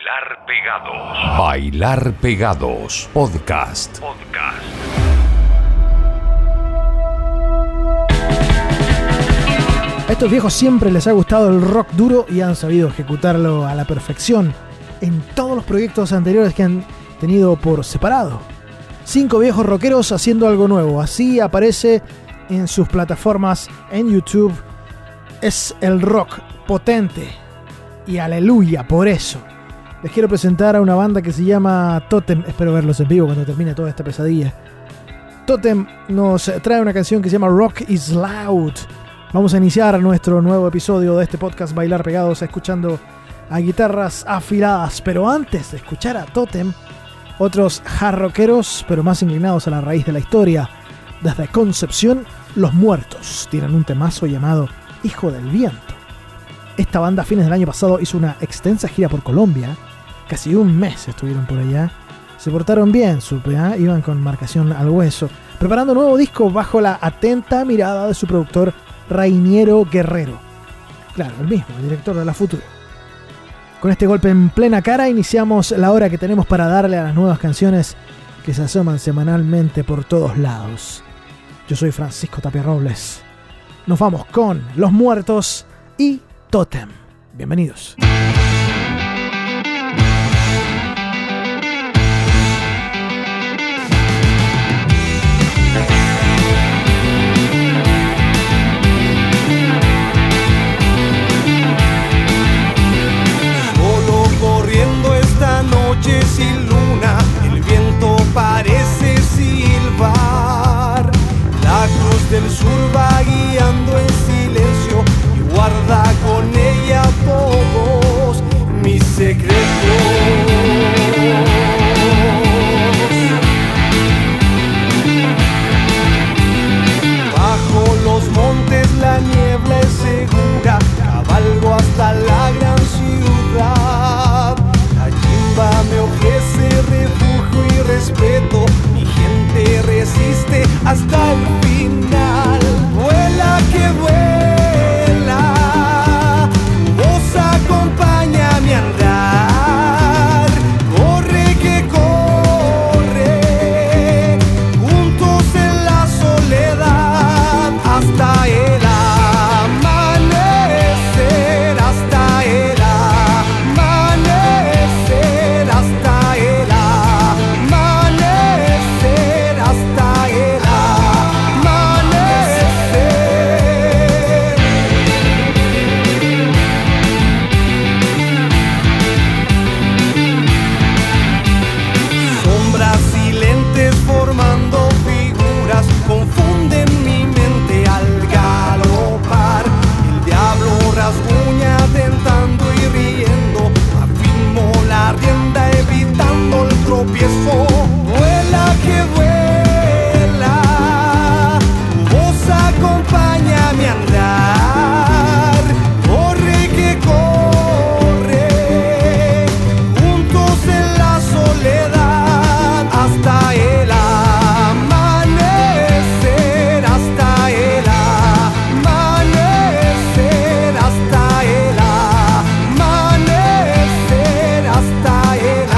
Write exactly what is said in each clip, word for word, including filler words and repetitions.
Bailar Pegados. Bailar Pegados. Podcast. Podcast. A estos viejos siempre les ha gustado el rock duro y han sabido ejecutarlo a la perfección en todos los proyectos anteriores que han tenido por separado. Cinco viejos rockeros haciendo algo nuevo. Así aparece en sus plataformas en YouTube. Es el rock potente. Y aleluya por eso. Les quiero presentar a una banda que se llama Totem. Espero verlos en vivo cuando termine toda esta pesadilla. Totem nos trae una canción que se llama Rock is Loud. Vamos a iniciar nuestro nuevo episodio de este podcast Bailar Pegados escuchando a guitarras afiladas. Pero antes de escuchar a Totem, otros hard rockeros, pero más inclinados a la raíz de la historia. Desde Concepción, Los Muertos tienen un temazo llamado Hijo del Viento. Esta banda a fines del año pasado hizo una extensa gira por Colombia. Casi un mes estuvieron por allá. Se portaron bien, supe, ¿eh? Iban con marcación al hueso, preparando un nuevo disco bajo la atenta mirada de su productor Rainiero Guerrero. Claro, el mismo, el director de La Futuro. Con este golpe en plena cara iniciamos la hora que tenemos para darle a las nuevas canciones que se asoman semanalmente por todos lados. Yo soy Francisco Tapia Robles. Nos vamos con Los Muertos y Totem. Bienvenidos. Sin luna, el viento parece silbar. La cruz del sur va guiando en silencio y guarda con ella todos mis secretos. Bajo los montes la niebla es segura, cabalgo hasta la gran ciudad. Me ofrece refugio y respeto. Mi gente resiste hasta el final. Vuela que vuela, tu voz acompaña mi andar. Corre que corre, juntos en la soledad hasta el amanecer, hasta el tropiezo. Vuela que vuela, tu voz acompaña mi andar. Corre que corre, juntos en la soledad hasta el amanecer, hasta el amanecer, hasta el amanecer, hasta el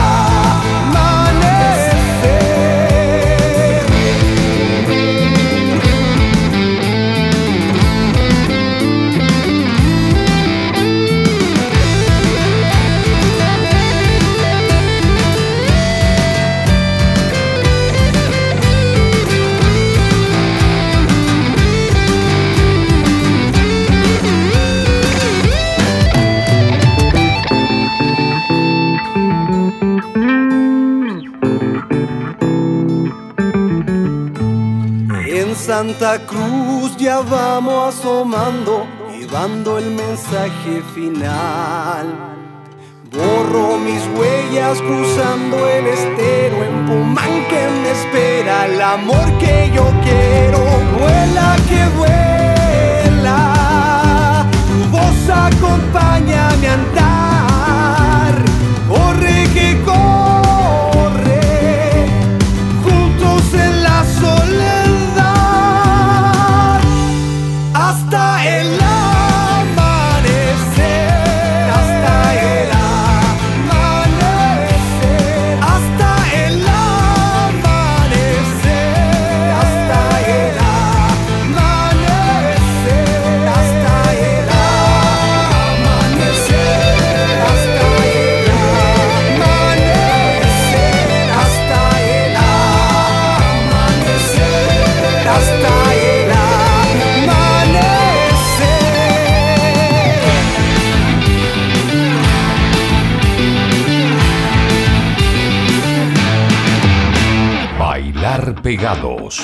Santa Cruz ya vamos asomando, llevando el mensaje final. Borro mis huellas cruzando el estero, en Pumanque me espera el amor que yo quiero. Vuela que vuela, tu voz acompaña mi andar. Corre que corre, juntos en la soledad. Hasta el amanecer, hasta el amanecer. Bailar Pegados.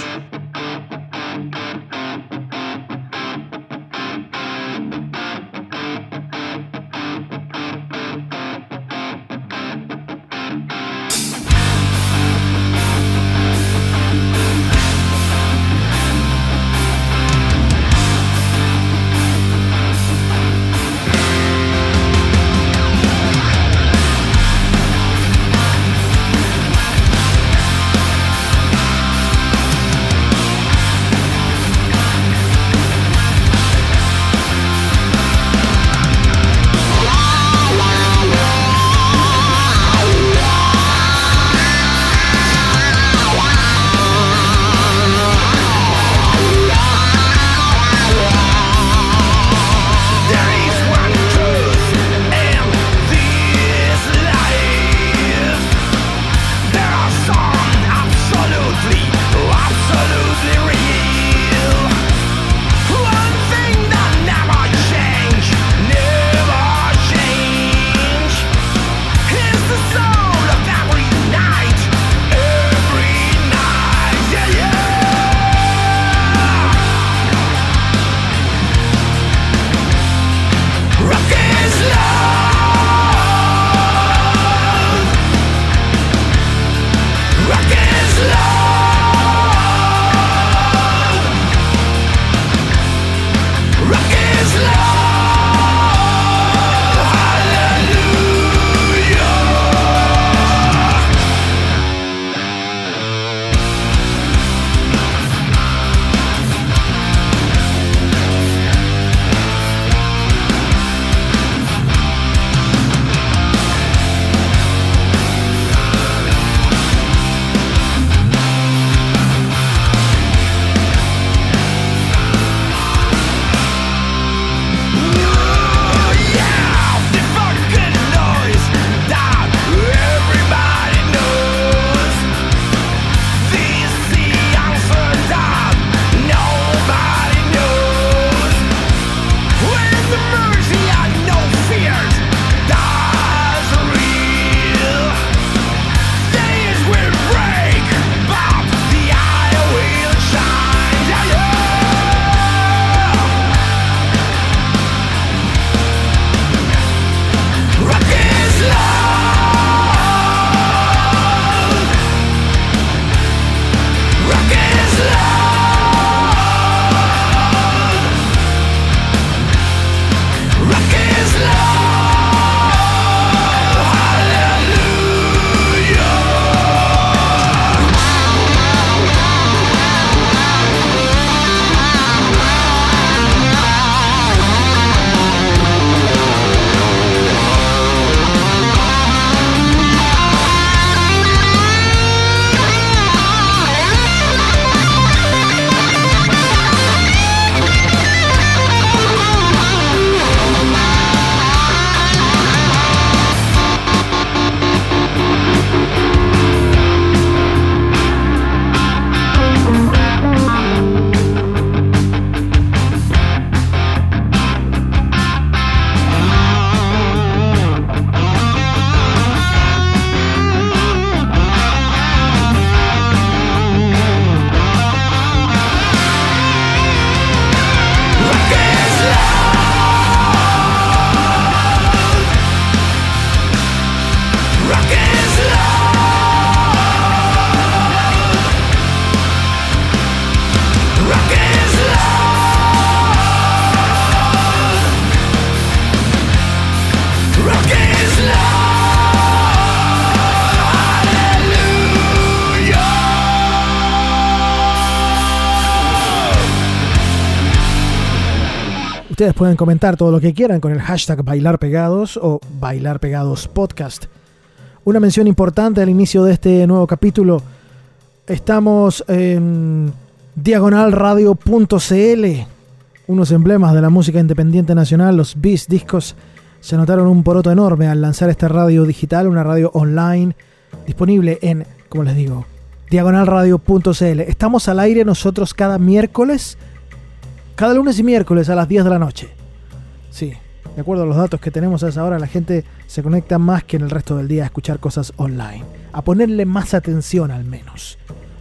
Ustedes pueden comentar todo lo que quieran con el hashtag Bailar Pegados o Bailar Pegados Podcast. Una mención importante al inicio de este nuevo capítulo. Estamos en diagonal radio punto c l, unos emblemas de la música independiente nacional, los Bis Discos, se notaron un poroto enorme al lanzar esta radio digital, una radio online, disponible en, como les digo, diagonal radio punto c l. Estamos al aire nosotros cada miércoles, cada lunes y miércoles a las diez de la noche. Sí, de acuerdo a los datos que tenemos a esa hora, la gente se conecta más que en el resto del día a escuchar cosas online, a ponerle más atención al menos.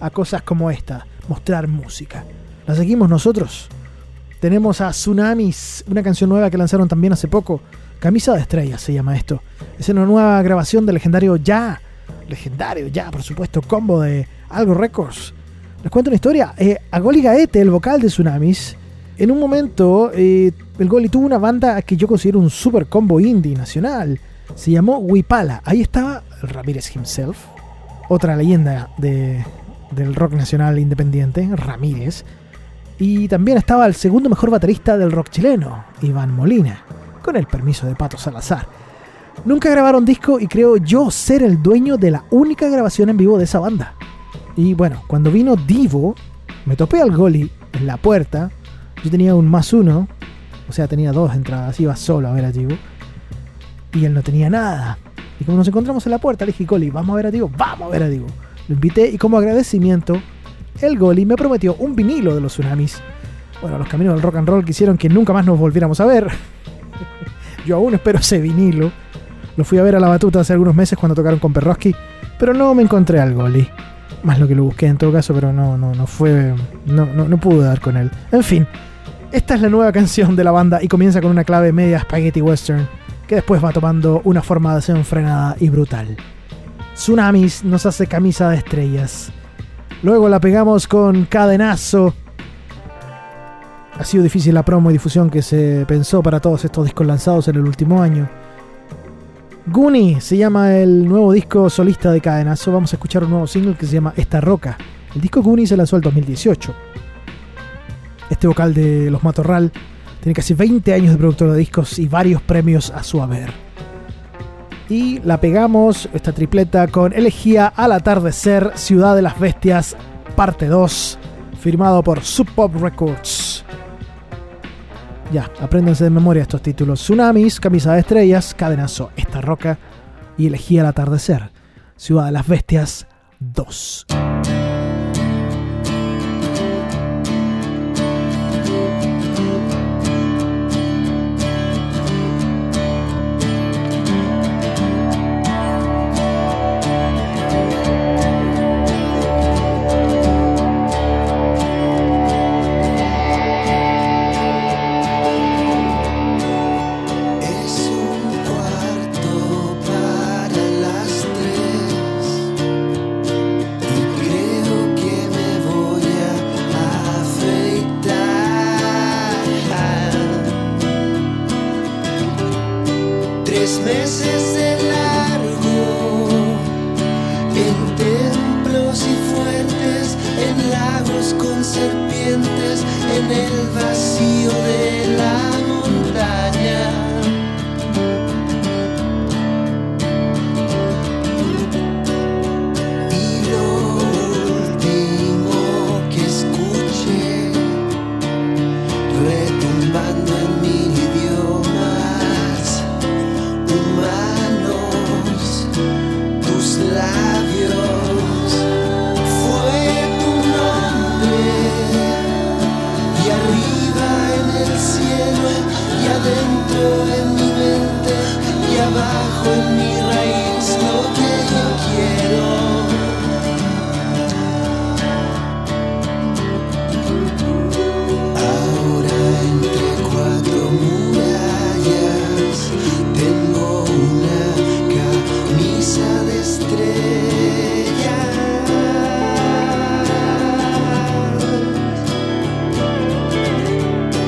a cosas como esta, mostrar música. ¿La seguimos nosotros? Tenemos a Tsunamis, una canción nueva que lanzaron también hace poco. Camisa de Estrellas se llama esto. Es una nueva grabación del legendario Ya. Legendario Ya, por supuesto, combo de Algo Records. Les cuento una historia. Eh, a Goli Gaete, el vocal de Tsunamis, en un momento eh, el Goli tuvo una banda que yo considero un super combo indie nacional. Se llamó Huipala. Ahí estaba Ramírez himself, otra leyenda de, del rock nacional independiente, Ramírez. Y también estaba el segundo mejor baterista del rock chileno, Iván Molina, con el permiso de Pato Salazar. Nunca grabaron disco y creo yo ser el dueño de la única grabación en vivo de esa banda. Y bueno, cuando vino Divo, me topé al Goli en la puerta. Yo tenía un más uno, o sea, tenía dos entradas, iba solo a ver a Divo. Y él no tenía nada. Y como nos encontramos en la puerta, le dije, Goli, vamos a ver a Divo, vamos a ver a Divo. Lo invité y como agradecimiento, el Goli me prometió un vinilo de los Tsunamis. Bueno, los caminos del rock and roll quisieron que nunca más nos volviéramos a ver. Yo aún espero ese vinilo. Lo fui a ver a La Batuta hace algunos meses cuando tocaron con Perroski, pero no me encontré al Goli. Más lo que lo busqué en todo caso, pero no, no, no fue. No, no, no pude dar con él. En fin, esta es la nueva canción de la banda y comienza con una clave media spaghetti western que después va tomando una forma desenfrenada y brutal. Tsunamis nos hace Camisa de Estrellas. Luego la pegamos con Cadenazo. Ha sido difícil la promo y difusión que se pensó para todos estos discos lanzados en el último año. Guni se llama el nuevo disco solista de Cadenazo. Vamos a escuchar un nuevo single que se llama Esta Roca. El disco Guni se lanzó en el dos mil dieciocho. Este vocal de Los Matorral tiene casi veinte años de productor de discos y varios premios a su haber. Y la pegamos, esta tripleta, con Elegía al Atardecer, Ciudad de las Bestias, parte dos, firmado por Sub Pop Records. Ya, apréndanse de memoria estos títulos: Tsunamis, Camisa de Estrellas, Cadenazo, Esta Roca y Elegía al Atardecer, Ciudad de las Bestias dos.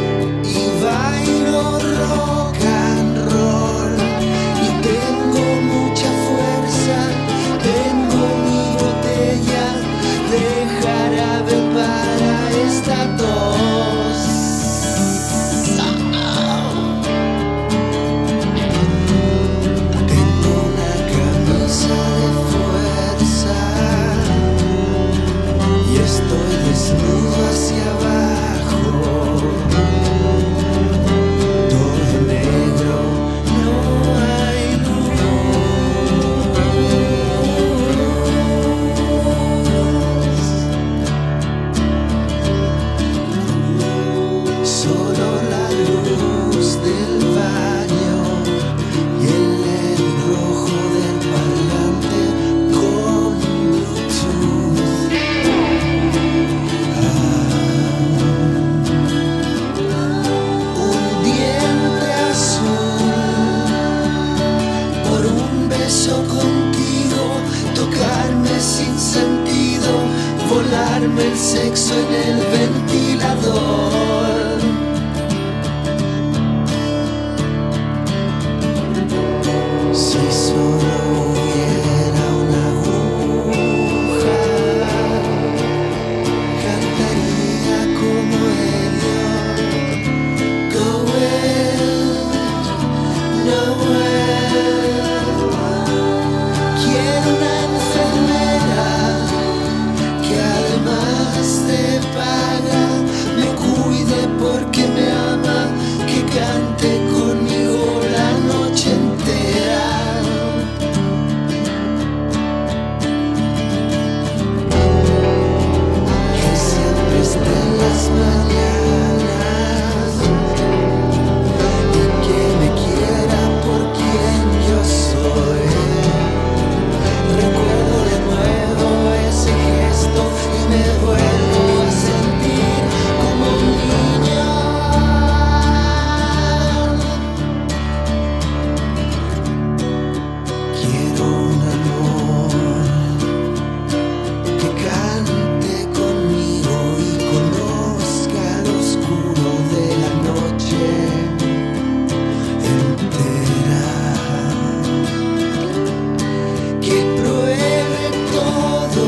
Rock and roll y tengo duerme el sexo en el ventilador. Si solo hubiera una aguja, cantaría como Elliot. Go west, nowhere. Quiero una enfermera que además de paga me cuide porque me ama, que cante conmigo la noche entera. Que siempre esté en las mañanas y que me quiera por quien yo soy. Recuerdo de nuevo ese gesto y me vuelvo a sentir como un niño. Quiero un amor que cante conmigo y conozca lo oscuro de la noche entera. Que pruebe todo,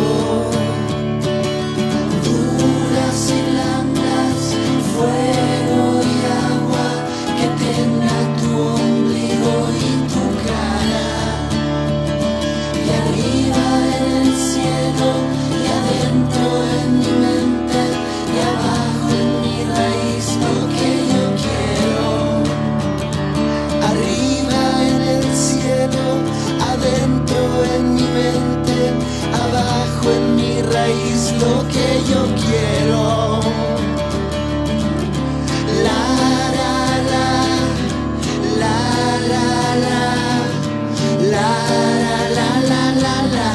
duras y blandas, fuego y agua, que tenga tu ombligo y tu cara, y arriba en el cielo, y adentro en mi mente, y abajo en mi raíz lo que yo quiero. Arriba en el cielo, adentro en mi mente, abajo en mi raíz lo que yo quiero. La la la, la la la, la la la la la.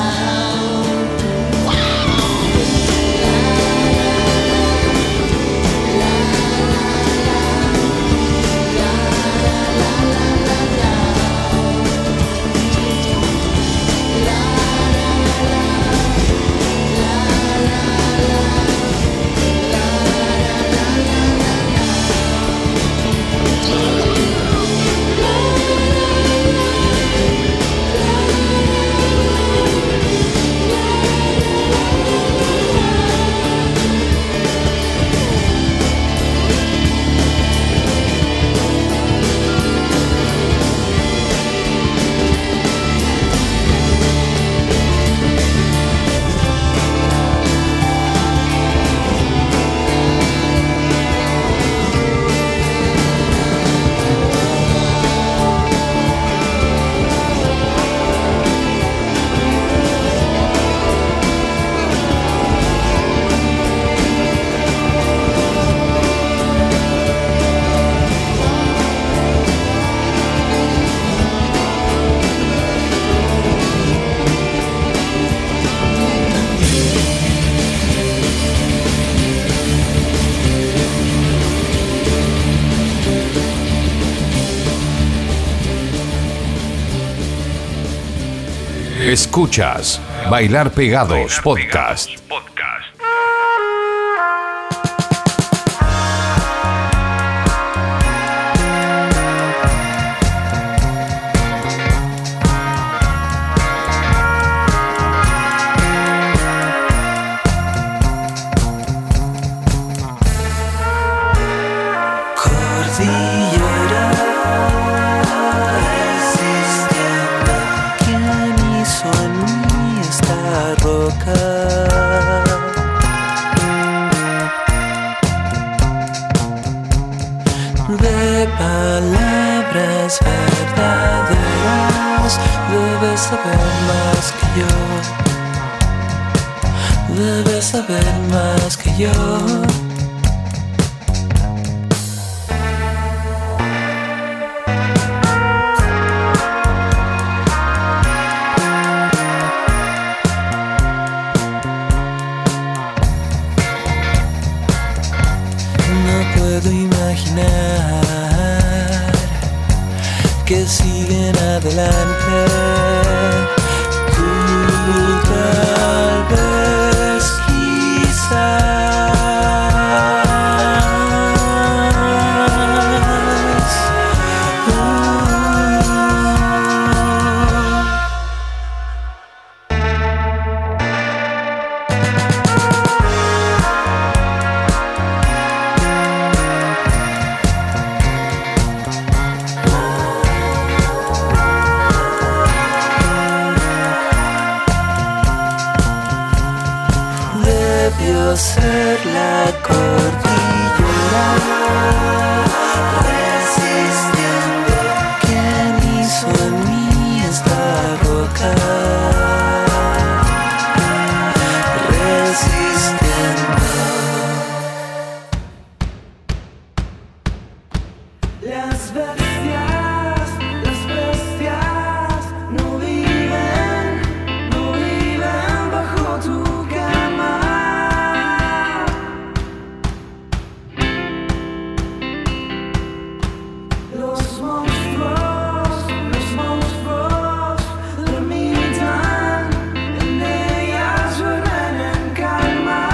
Escuchas Bailar Pegados Podcast. De palabras verdaderas debes saber más que yo, debes saber más que yo. No puedo imaginar que siguen adelante. Tú tal vez, quizá ser la cordillera, resistiendo. ¿Quién hizo en mí esta roca? Resistiendo. Las bestias, las bestias no viven, no viven bajo tu cama. Los monstruos, los monstruos dormitan, en ellas duermen en calma.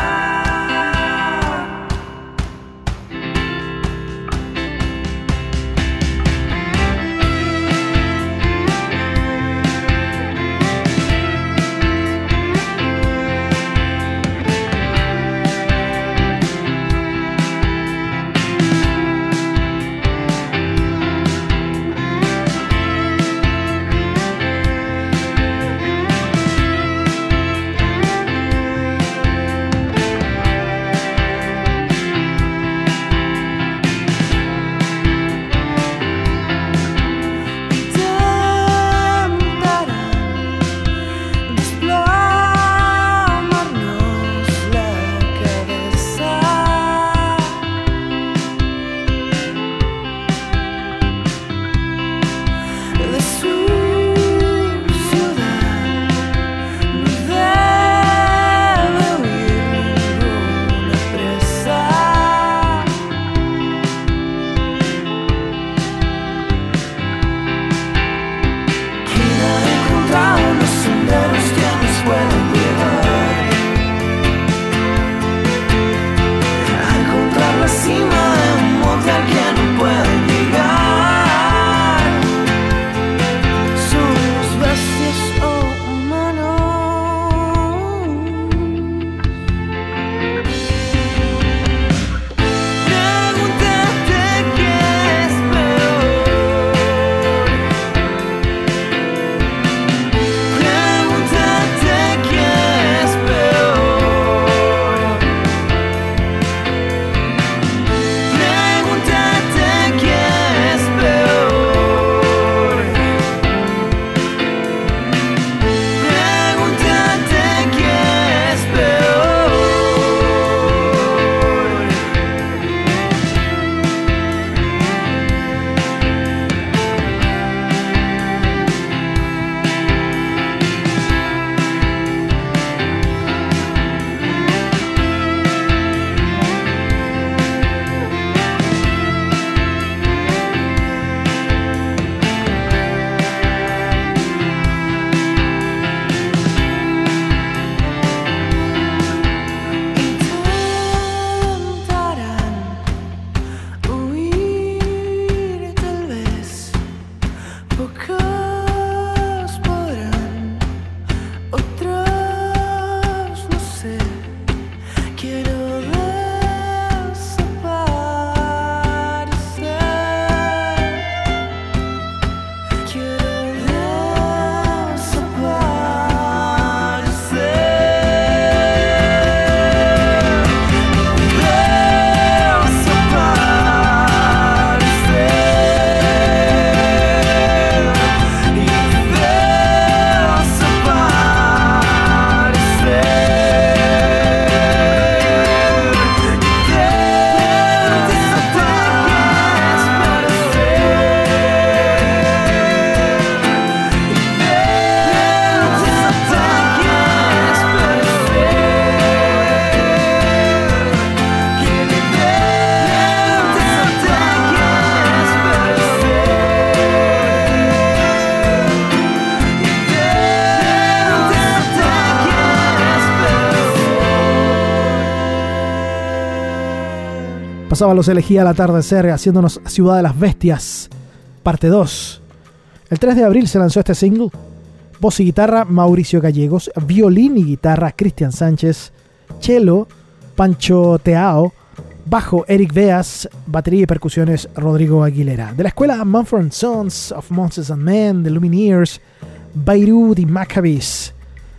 Pasaba Los Elegía al atardecer haciéndonos Ciudad de las Bestias, parte dos. El tres de abril se lanzó este single. Voz y guitarra Mauricio Gallegos, violín y guitarra Cristian Sánchez, cello Pancho Teao, bajo Eric Beas, batería y percusiones Rodrigo Aguilera. De la escuela Mumford and Sons of Monsters and Men, The Lumineers, Beirut y Maccabees.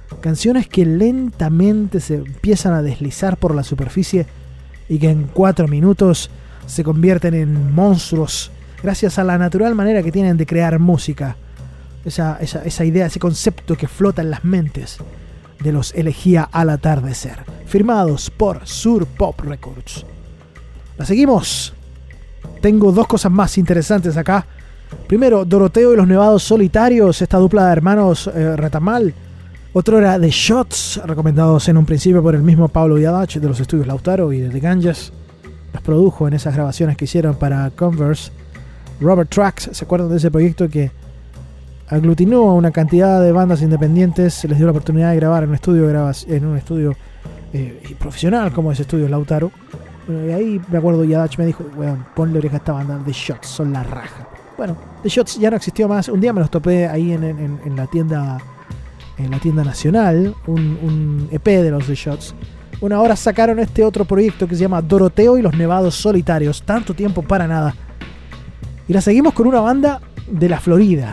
Canciones que lentamente se empiezan a deslizar por la superficie y que en cuatro minutos se convierten en monstruos gracias a la natural manera que tienen de crear música. Esa, esa, esa idea, ese concepto que flota en las mentes de los Elegía al Atardecer, firmados por Sur Pop Records. La seguimos. Tengo dos cosas más interesantes acá. Primero, Doroteo y los Nevados Solitarios, esta dupla de hermanos eh, Retamal. Otro era The Shots, recomendados en un principio por el mismo Pablo Yadach de los estudios Lautaro y de The Ganges. Los produjo en esas grabaciones que hicieron para Converse. Robert Trax, ¿se acuerdan de ese proyecto que aglutinó a una cantidad de bandas independientes? Se les dio la oportunidad de grabar en un estudio, en un estudio eh, profesional como es Estudios Lautaro. Bueno, y ahí me acuerdo, Yadach me dijo, bueno, ponle oreja a esta banda, The Shots, son la raja. Bueno, The Shots ya no existió más. Un día me los topé ahí en, en, en la tienda en la tienda nacional, un, un E P de los The Shots. Bueno, ahora sacaron este otro proyecto que se llama Doroteo y los Nevados Solitarios. Tanto tiempo para nada. Y la seguimos con una banda de la Florida.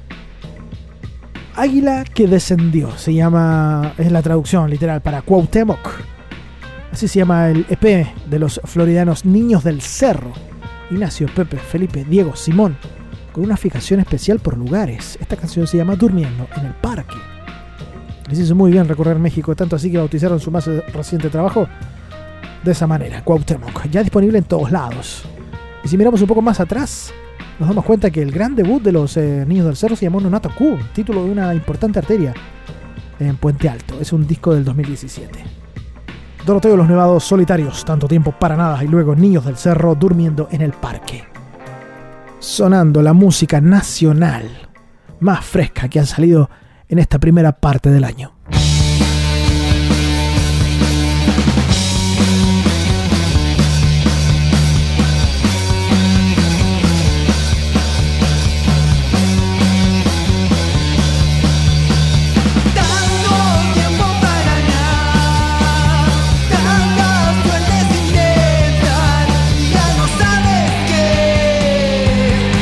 Águila que descendió. Se llama, es la traducción literal para Cuauhtémoc. Así se llama el E P de los floridanos Niños del Cerro. Ignacio, Pepe, Felipe, Diego, Simón. Con una fijación especial por lugares. Esta canción se llama Durmiendo en el Parque. Les hizo muy bien recorrer México, tanto así que bautizaron su más reciente trabajo de esa manera, Cuauhtémoc, ya disponible en todos lados. Y si miramos un poco más atrás, nos damos cuenta que el gran debut de los eh, Niños del Cerro se llamó Nonato Q, título de una importante arteria en Puente Alto. Es un disco del dos mil diecisiete. Doroteo y los Nevados Solitarios, tanto tiempo para nada, y luego Niños del Cerro, Durmiendo en el Parque. Sonando la música nacional más fresca que ha salido en esta primera parte del año.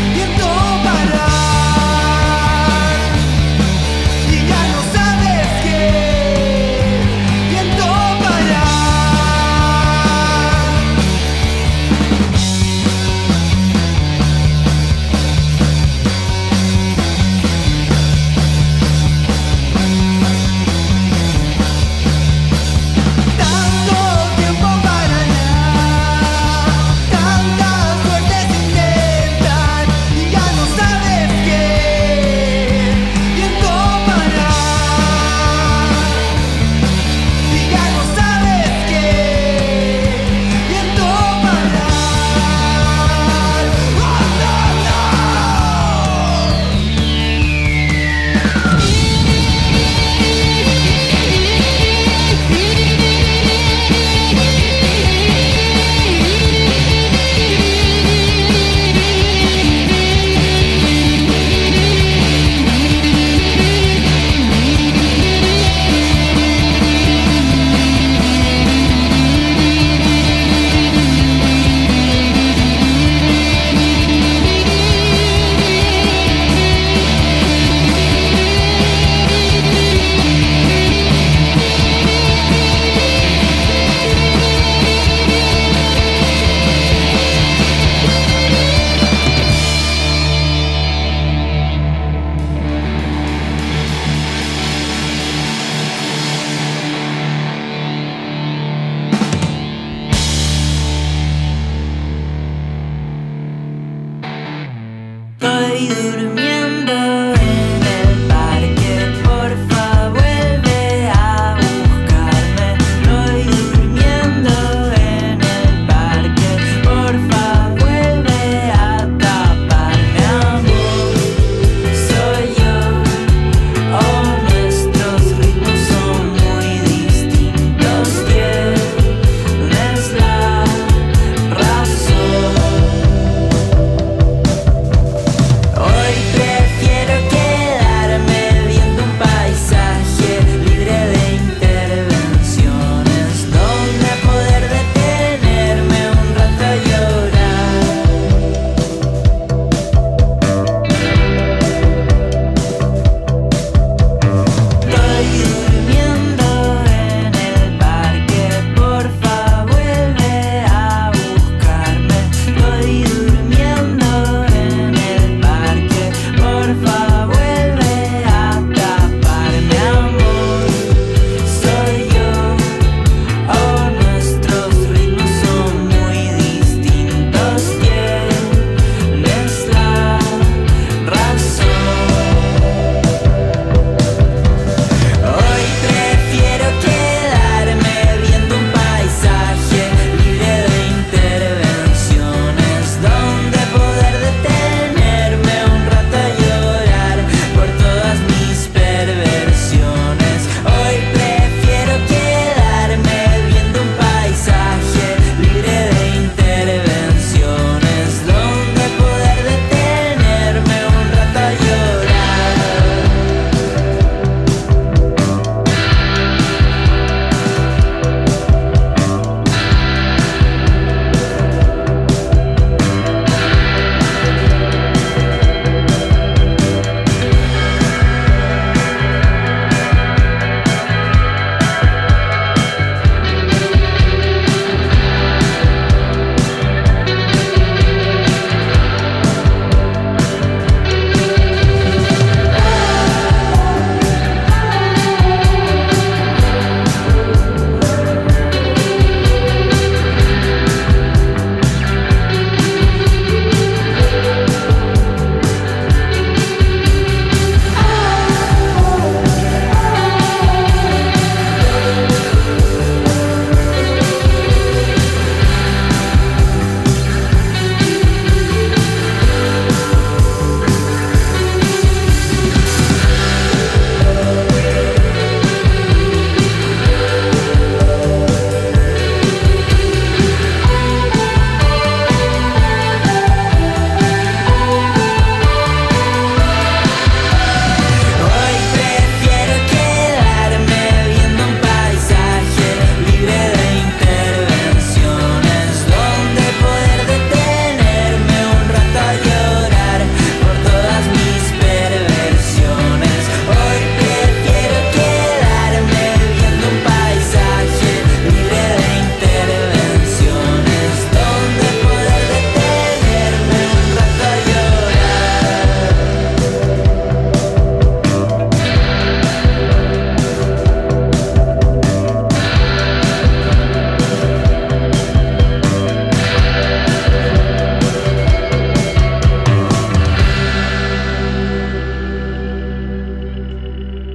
Y ya no sabes qué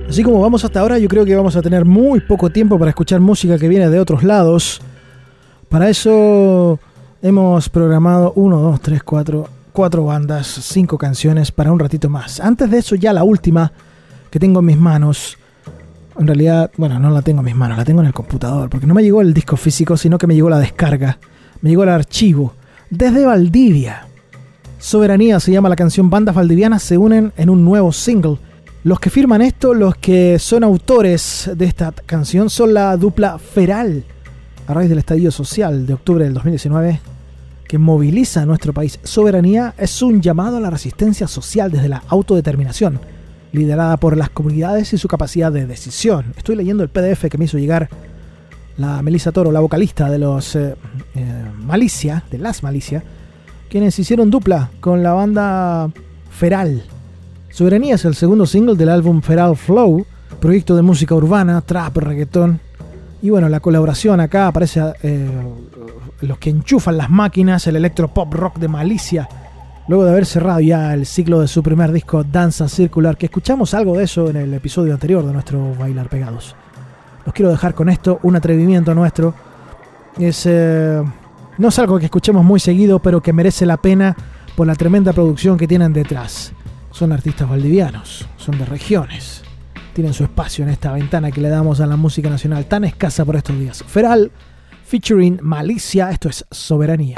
Así como vamos hasta ahora, yo creo que vamos a tener muy poco tiempo para escuchar música que viene de otros lados. Para eso hemos programado uno, dos, tres, cuatro, cuatro bandas, cinco canciones para un ratito más. Antes de eso, ya la última que tengo en mis manos. En realidad, bueno, no la tengo en mis manos, la tengo en el computador, porque no me llegó el disco físico, sino que me llegó la descarga. Me llegó el archivo. Desde Valdivia. Soberanía se llama la canción. Bandas valdivianas se unen en un nuevo single. Los que firman esto, los que son autores de esta canción, son la dupla Feral, a raíz del estallido social de octubre del dos mil diecinueve, que moviliza a nuestro país. Soberanía es un llamado a la resistencia social desde la autodeterminación, liderada por las comunidades y su capacidad de decisión. Estoy leyendo el P D F que me hizo llegar la Melissa Toro, la vocalista de los eh, eh, Malicia, de las Malicia, quienes hicieron dupla con la banda Feral. Soberanía es el segundo single del álbum Feral Flow, proyecto de música urbana, trap, reggaetón. Y bueno, la colaboración acá aparece eh, los que enchufan las máquinas, el electropop rock de Malicia, luego de haber cerrado ya el ciclo de su primer disco Danza Circular, que escuchamos algo de eso en el episodio anterior de nuestro Bailar Pegados. Los quiero dejar con esto, un atrevimiento nuestro. Es, eh, no es algo que escuchemos muy seguido, pero que merece la pena por la tremenda producción que tienen detrás. Son artistas valdivianos, son de regiones, tienen su espacio en esta ventana que le damos a la música nacional tan escasa por estos días. Feral featuring Malicia, esto es Soberanía.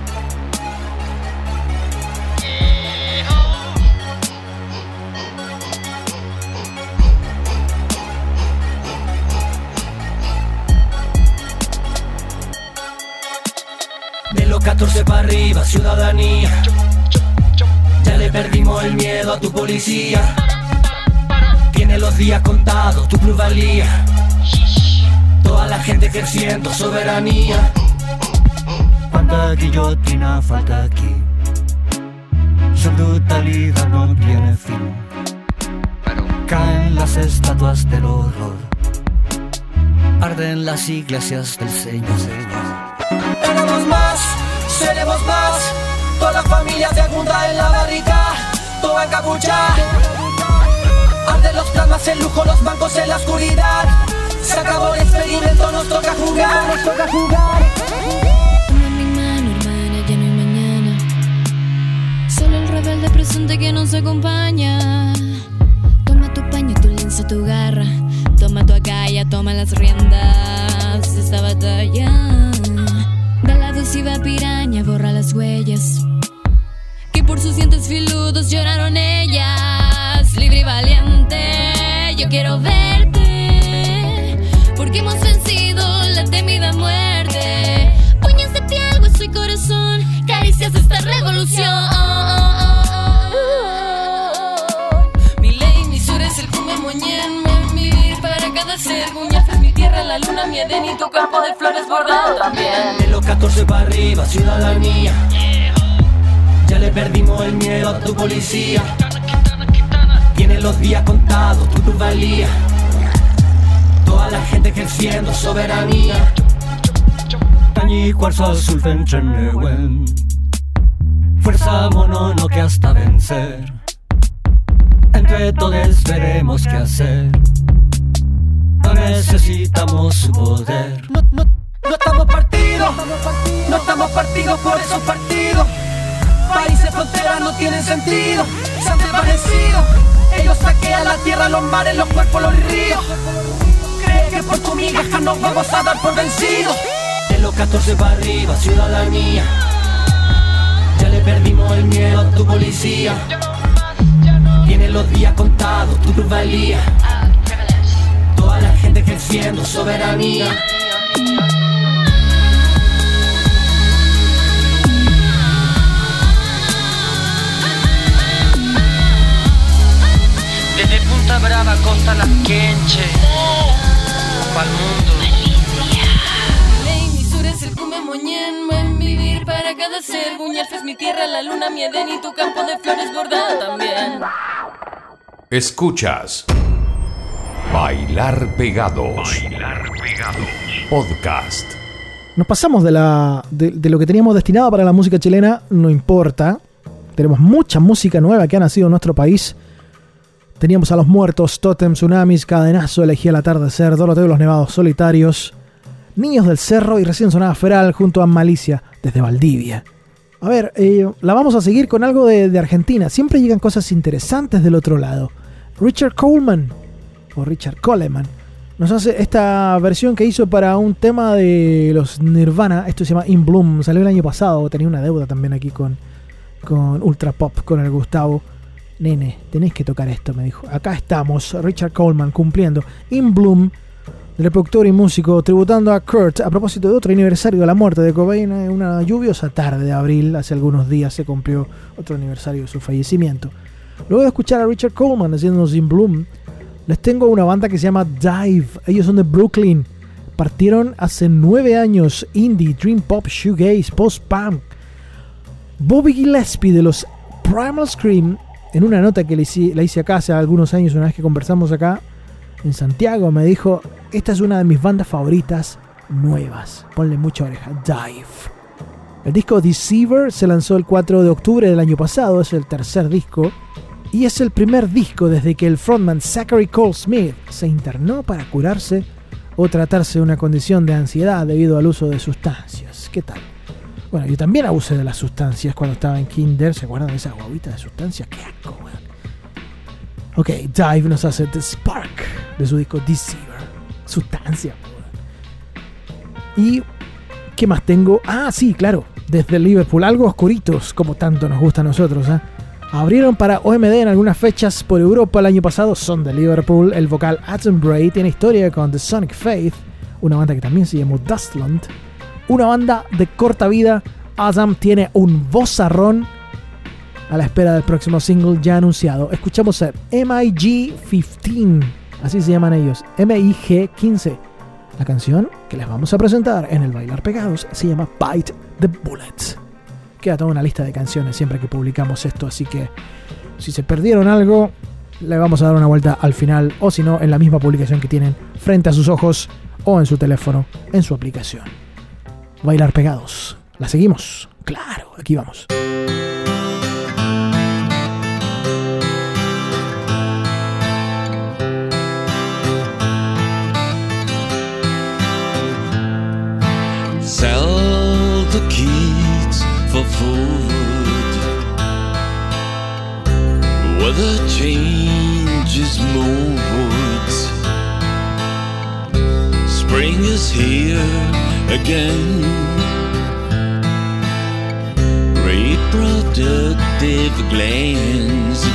De los catorce para arriba, ciudadanía. Ya le perdimos el miedo a tu policía. Tiene los días contados, tu plusvalía. Toda la gente ejerciendo soberanía. Cuánta guillotina falta aquí. Su brutalidad no tiene fin. Caen las estatuas del horror. Arden las iglesias del Señor. Tenemos más, seremos más. Todas las familias de Agunda en la barrica, toda encapuchada. Arden los plasmas, el lujo, los bancos en la oscuridad. Se acabó el experimento, nos toca jugar, nos toca jugar. Toma mi mano, hermana, ya no hay mañana. Solo el rebelde presente que nos acompaña. Toma tu paño, tu lienzo, tu garra. Toma tu acaya, toma las riendas de esta batalla. Da la abusiva piraña, borra las huellas que por sus dientes filudos lloraron ellas. Libre y valiente, yo quiero verte, porque hemos vencido la temida muerte. Puños de piel, hueso y corazón, caricias de esta revolución. Mi ley, mi sur es el cume moñen, mi vivir para cada ser. Guñafe es mi tierra, la luna, mi Edén y tu campo de flores bordado también. De los catorce para arriba, ciudadanía. Ya le perdimos el miedo a tu policía. Tiene los días contados, tu plusvalía. Toda la gente ejerciendo soberanía. Tañi cuarzo azul fenchenewen. Fuerza mono no que hasta vencer. Entre todos veremos qué hacer. No necesitamos su poder. No, no, no estamos partidos, no estamos partidos por esos partidos. Países, fronteras no tienen sentido, se han desvanecido. Ellos saquean la tierra, los mares, los cuerpos, los ríos. Cree que por tu migaja nos vamos a dar por vencidos. De los catorce para arriba, ciudadanía. Ya le perdimos el miedo a tu policía. Tiene los días contados, tu plusvalía. Toda la gente ejerciendo soberanía. Desde Punta Brava, Costa Las Quenches, pa'l mundo. Ley, mi sur es el cume moñen, buen vivir para cada ser. Buñarfe es mi tierra, la luna, mi Edén y tu campo de flores bordado también. Escuchas Bailar Pegados. Bailar Pegados. Podcast. Nos pasamos de, la, de, de lo que teníamos destinado para la música chilena, no importa. Tenemos mucha música nueva que ha nacido en nuestro país. Teníamos a Los Muertos, Totem, Tsunamis, Cadenazo, Elegía el Atardecer, Doroteo y los Nevados Solitarios, Niños del Cerro y recién sonaba Feral junto a Malicia desde Valdivia. A ver, eh, la vamos a seguir con algo de, de Argentina. Siempre llegan cosas interesantes del otro lado. Richard Coleman, o Richard Coleman, nos hace esta versión que hizo para un tema de los Nirvana. Esto se llama In Bloom, salió el año pasado. Tenía una deuda también aquí con, con Ultra Pop, con el Gustavo. Nene, tenés que tocar esto, me dijo. Acá estamos, Richard Coleman cumpliendo In Bloom, del productor y músico, tributando a Kurt a propósito de otro aniversario de la muerte de Cobain. Una lluviosa tarde de abril, hace algunos días se cumplió otro aniversario de su fallecimiento. Luego de escuchar a Richard Coleman haciendo In Bloom, les tengo una banda que se llama Dive. Ellos son de Brooklyn, partieron hace nueve años. Indie, Dream Pop, Shoegaze, Post-Punk. Bobby Gillespie de los Primal Scream, en una nota que le hice, la hice acá hace algunos años, una vez que conversamos acá en Santiago, me dijo: esta es una de mis bandas favoritas nuevas, ponle mucha oreja. Dive. El disco Deceiver se lanzó el cuatro de octubre del año pasado, es el tercer disco y es el primer disco desde que el frontman Zachary Cole Smith se internó para curarse o tratarse de una condición de ansiedad debido al uso de sustancias. ¿Qué tal? Bueno, yo también abusé de las sustancias cuando estaba en kinder. ¿Se acuerdan de esas guaguitas de sustancias? ¡Qué asco, weón! Ok, Dive nos hace The Spark de su disco Deceiver. Sustancia, weón. ¿Y qué más tengo? Ah, sí, claro. Desde Liverpool, algo oscuritos, como tanto nos gusta a nosotros, ¿eh? Abrieron para O M D en algunas fechas por Europa el año pasado. Son de Liverpool. El vocal Adam Bray tiene historia con The Sonic Faith, una banda que también se llamó Dustland. Una banda de corta vida. Adam tiene un vozarrón a la espera del próximo single ya anunciado. Escuchamos a M I G quince, así se llaman ellos, M I G quince. La canción que les vamos a presentar en el Bailar Pegados se llama Bite the Bullet. Queda toda una lista de canciones siempre que publicamos esto, así que si se perdieron algo, le vamos a dar una vuelta al final, o si no, en la misma publicación que tienen frente a sus ojos o en su teléfono, en su aplicación. Bailar Pegados. ¿La seguimos? Claro, aquí vamos. Sell the kids for food, where the changes mood. Spring is here again. Reproductive glands.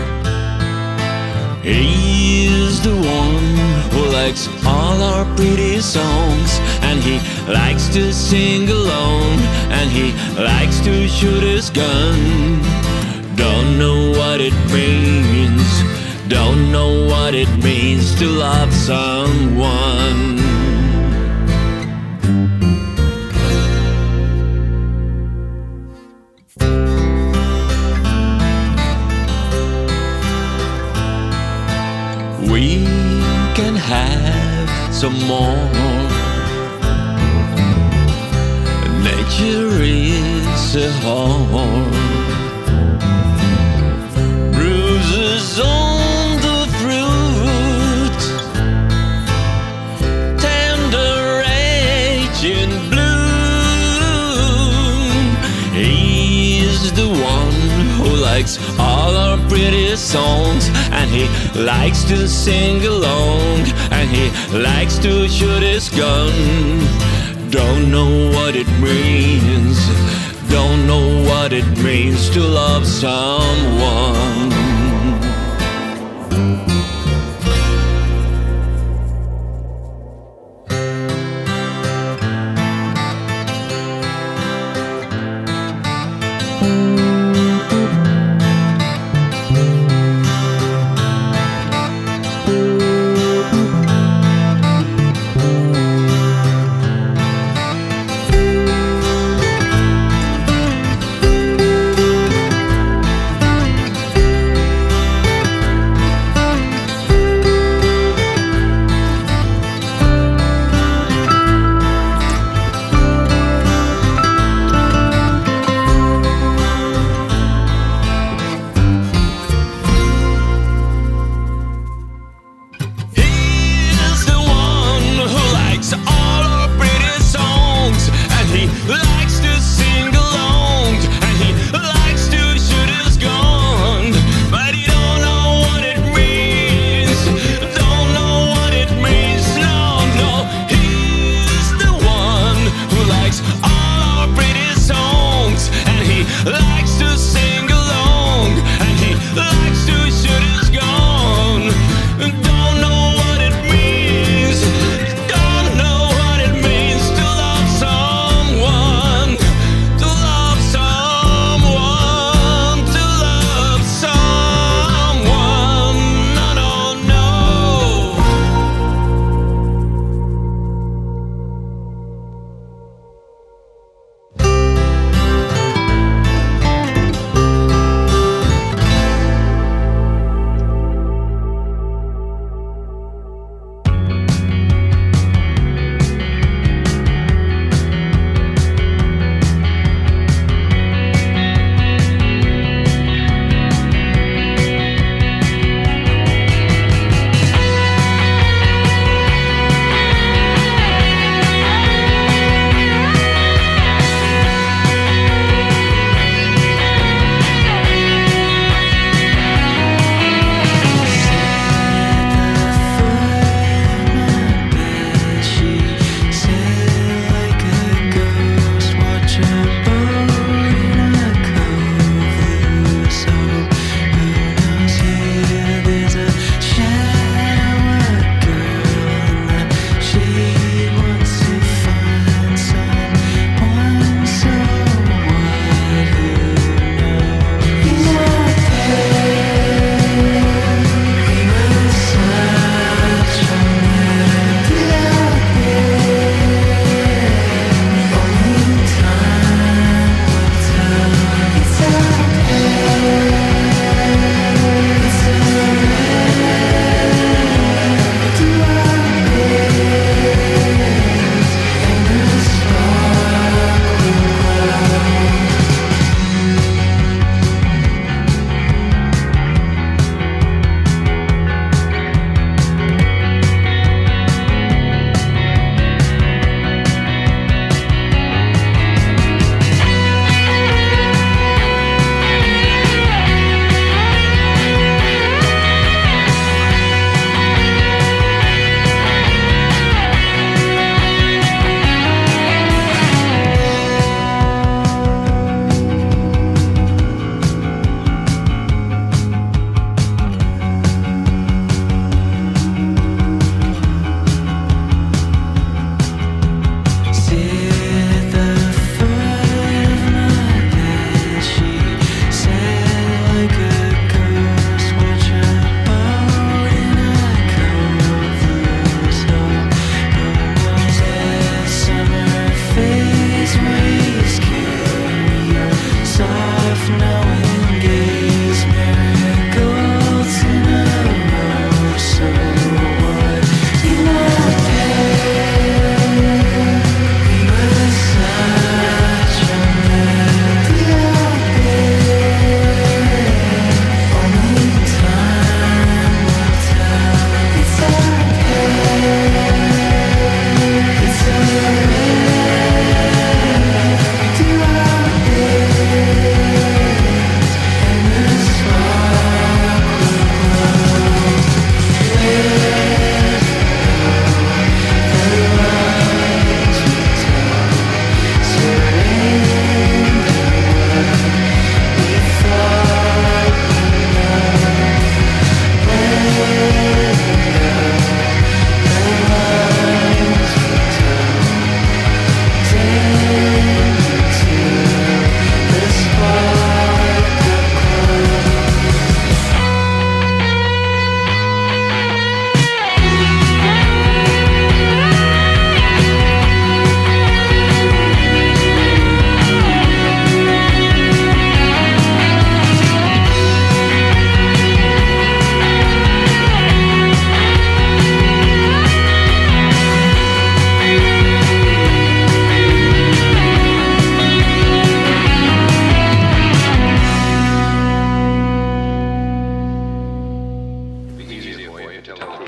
He's the one who likes all our pretty songs, and he likes to sing along, and he likes to shoot his gun. Don't know what it means, don't know what it means to love someone. We can have some more. Nature is a whore. Bruises on the fruit, tender age in bloom. He's the one who likes all our pretty songs, and he likes to sing along, and he likes to shoot his gun. Don't know what it means, don't know what it means to love someone.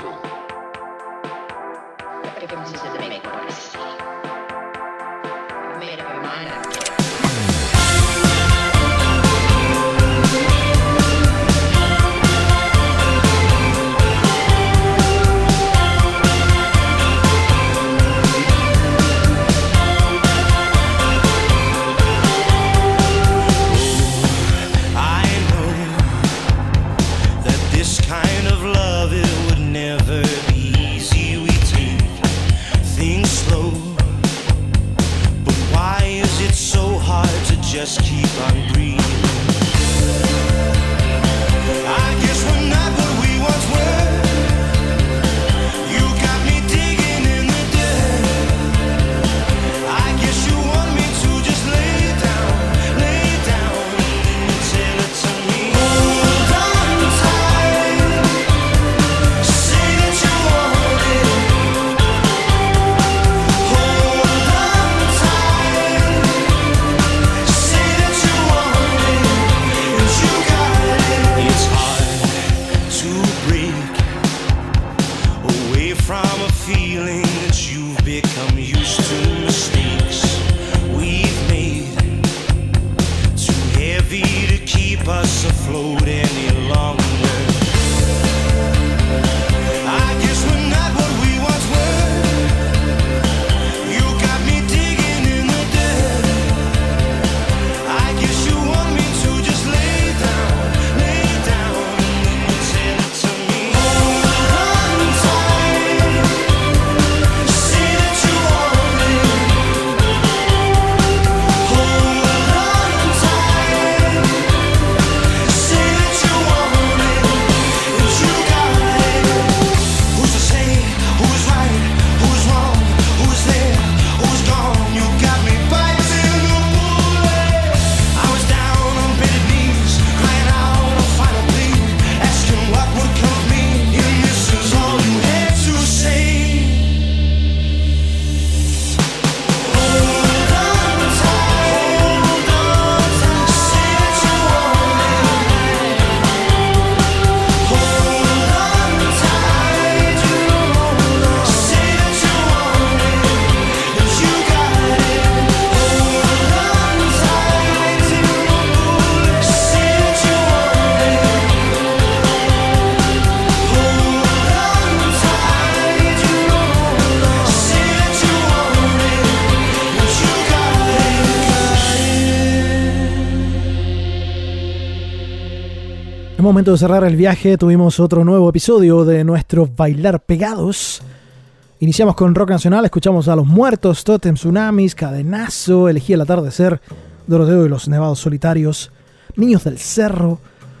Momento de cerrar el viaje, tuvimos otro nuevo episodio de nuestro Bailar Pegados. Iniciamos con rock nacional, escuchamos a Los Muertos, Totem Tsunamis, Cadenazo, Elegí el Atardecer, Doroteo y los Nevados Solitarios, Niños del Cerro,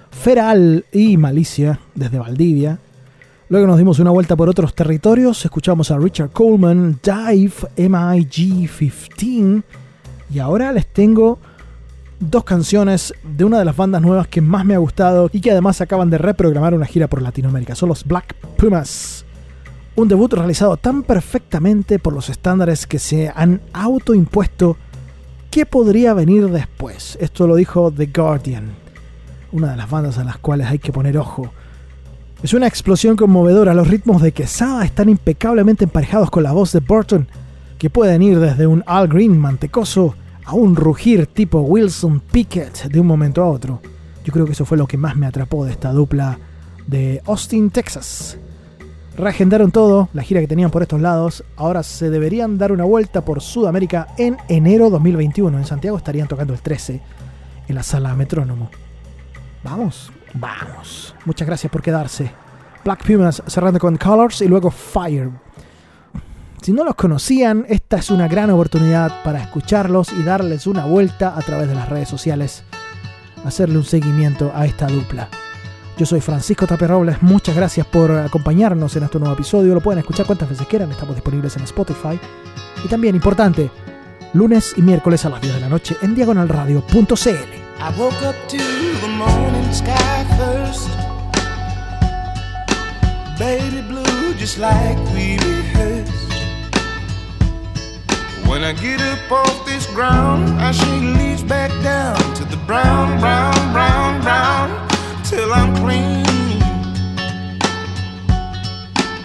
Feral y Malicia desde Valdivia. Luego nos dimos una vuelta por otros territorios, escuchamos a Richard Coleman, Dive, M I G quince y ahora les tengo dos canciones de una de las bandas nuevas que más me ha gustado y que además acaban de reprogramar una gira por Latinoamérica. Son los Black Pumas. Un debut realizado tan perfectamente por los estándares que se han autoimpuesto. ¿Qué podría venir después? Esto lo dijo The Guardian, una de las bandas a las cuales hay que poner ojo. Es una explosión conmovedora. Los ritmos de Quesada están impecablemente emparejados con la voz de Burton, que pueden ir desde un Al Green mantecoso a un rugir tipo Wilson Pickett de un momento a otro. Yo creo que eso fue lo que más me atrapó de esta dupla de Austin, Texas. Reagendaron todo, la gira que tenían por estos lados. Ahora se deberían dar una vuelta por Sudamérica en enero dos mil veintiuno. En Santiago estarían tocando el trece en la Sala Metrónomo. ¿Vamos? Vamos. Muchas gracias por quedarse. Black Pumas cerrando con Colors y luego Fire. Si no los conocían, esta es una gran oportunidad para escucharlos y darles una vuelta a través de las redes sociales. Hacerle un seguimiento a esta dupla. Yo soy Francisco Tapia Robles, muchas gracias por acompañarnos en este nuevo episodio. Lo pueden escuchar cuantas veces quieran, estamos disponibles en Spotify. Y también, importante, lunes y miércoles a las diez de la noche en diagonal radio punto c l. I woke up to the morning sky first, baby blue just like we rehearsed. When I get up off this ground, I shake leaves back down to the brown, brown, brown, brown, till I'm clean.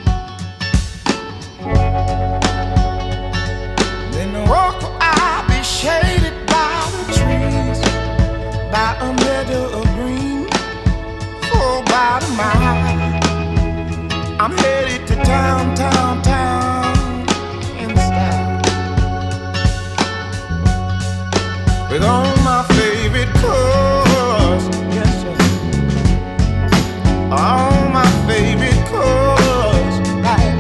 town, town, town in style with all my favorite colors. Yes, sir. All my favorite colors. Right.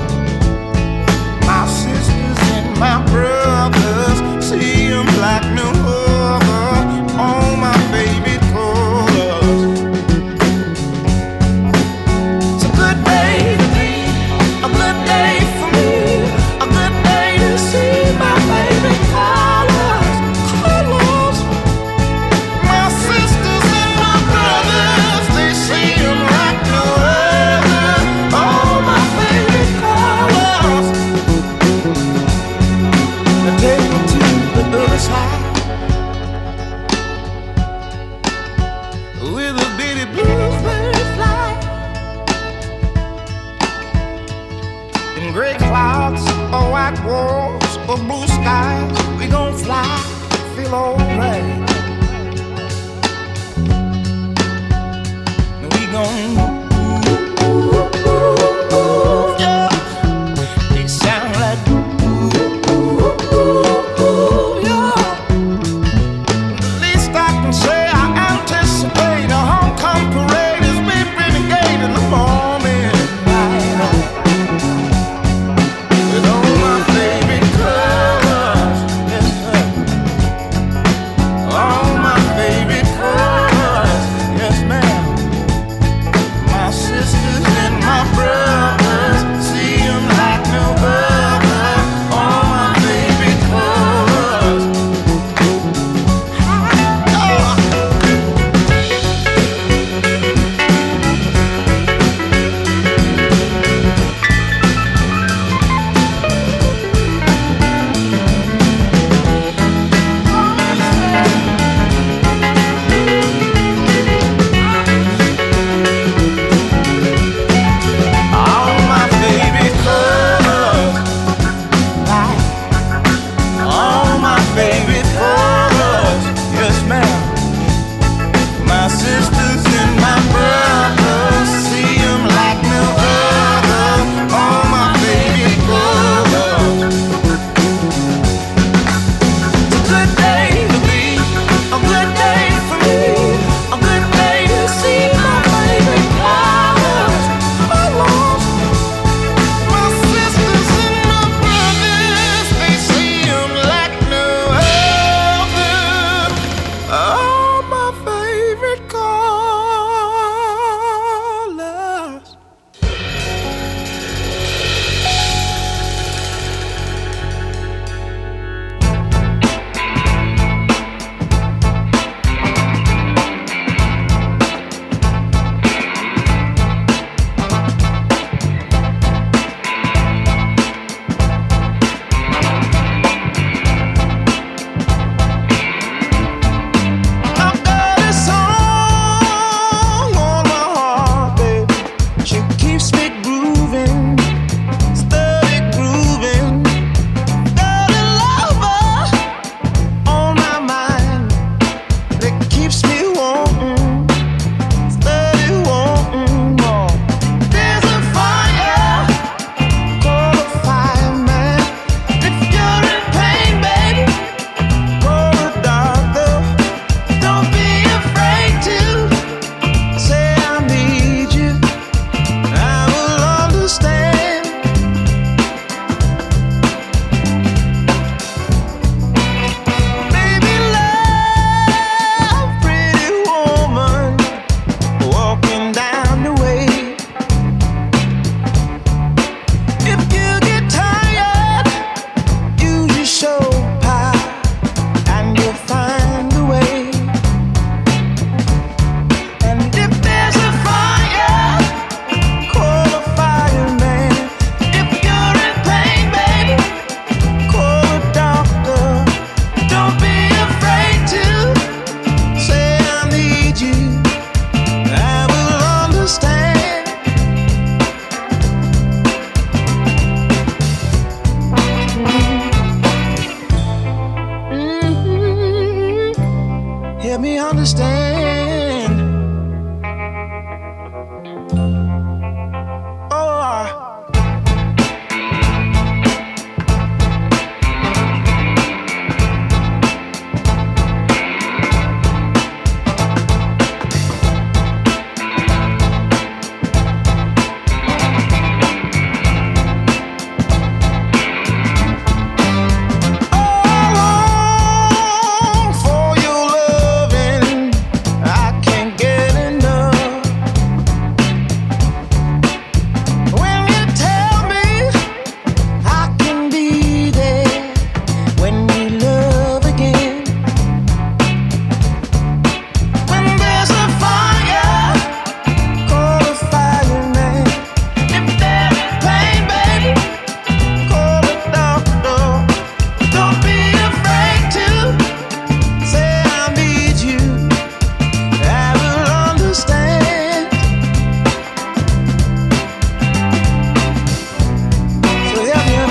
My sisters and my brothers see them like no other. All my favorite colors. It's a good day to be, a good day for me, a good day to see my favorite colors, colors. My sisters and my brothers, they see them like no other. All my favorite colors. Now take me to the other side with a bitty bluebird fly in gray clouds or white walls or blue skies. We gon' fly, feel alright. We gon' yeah. They sound like yeah. The least I can say, I anticipate a homecoming parade as we renegade in the morning light. With all my favorite colors, yes sir. All my favorite colors, yes ma'am.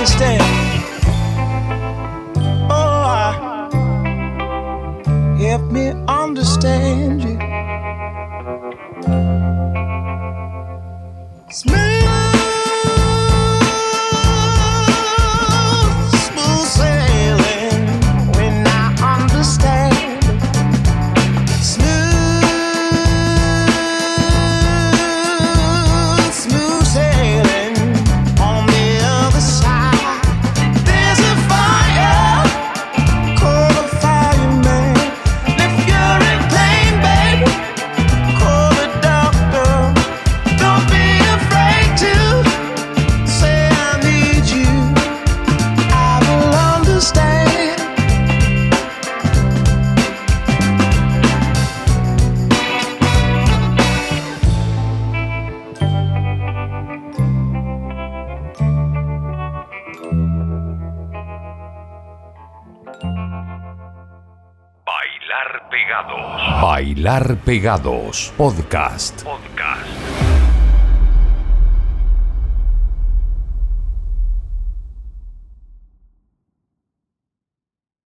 understand. Oh, I, help me understand you. Smooth, smooth sailing when I understand. Smooth, smooth sailing on the other side. There's a fire, call a fireman. If you're in pain, baby, call a doctor. Don't be afraid to say I need you. I will understand. Bailar Pegados. Bailar Pegados. Podcast. Podcast.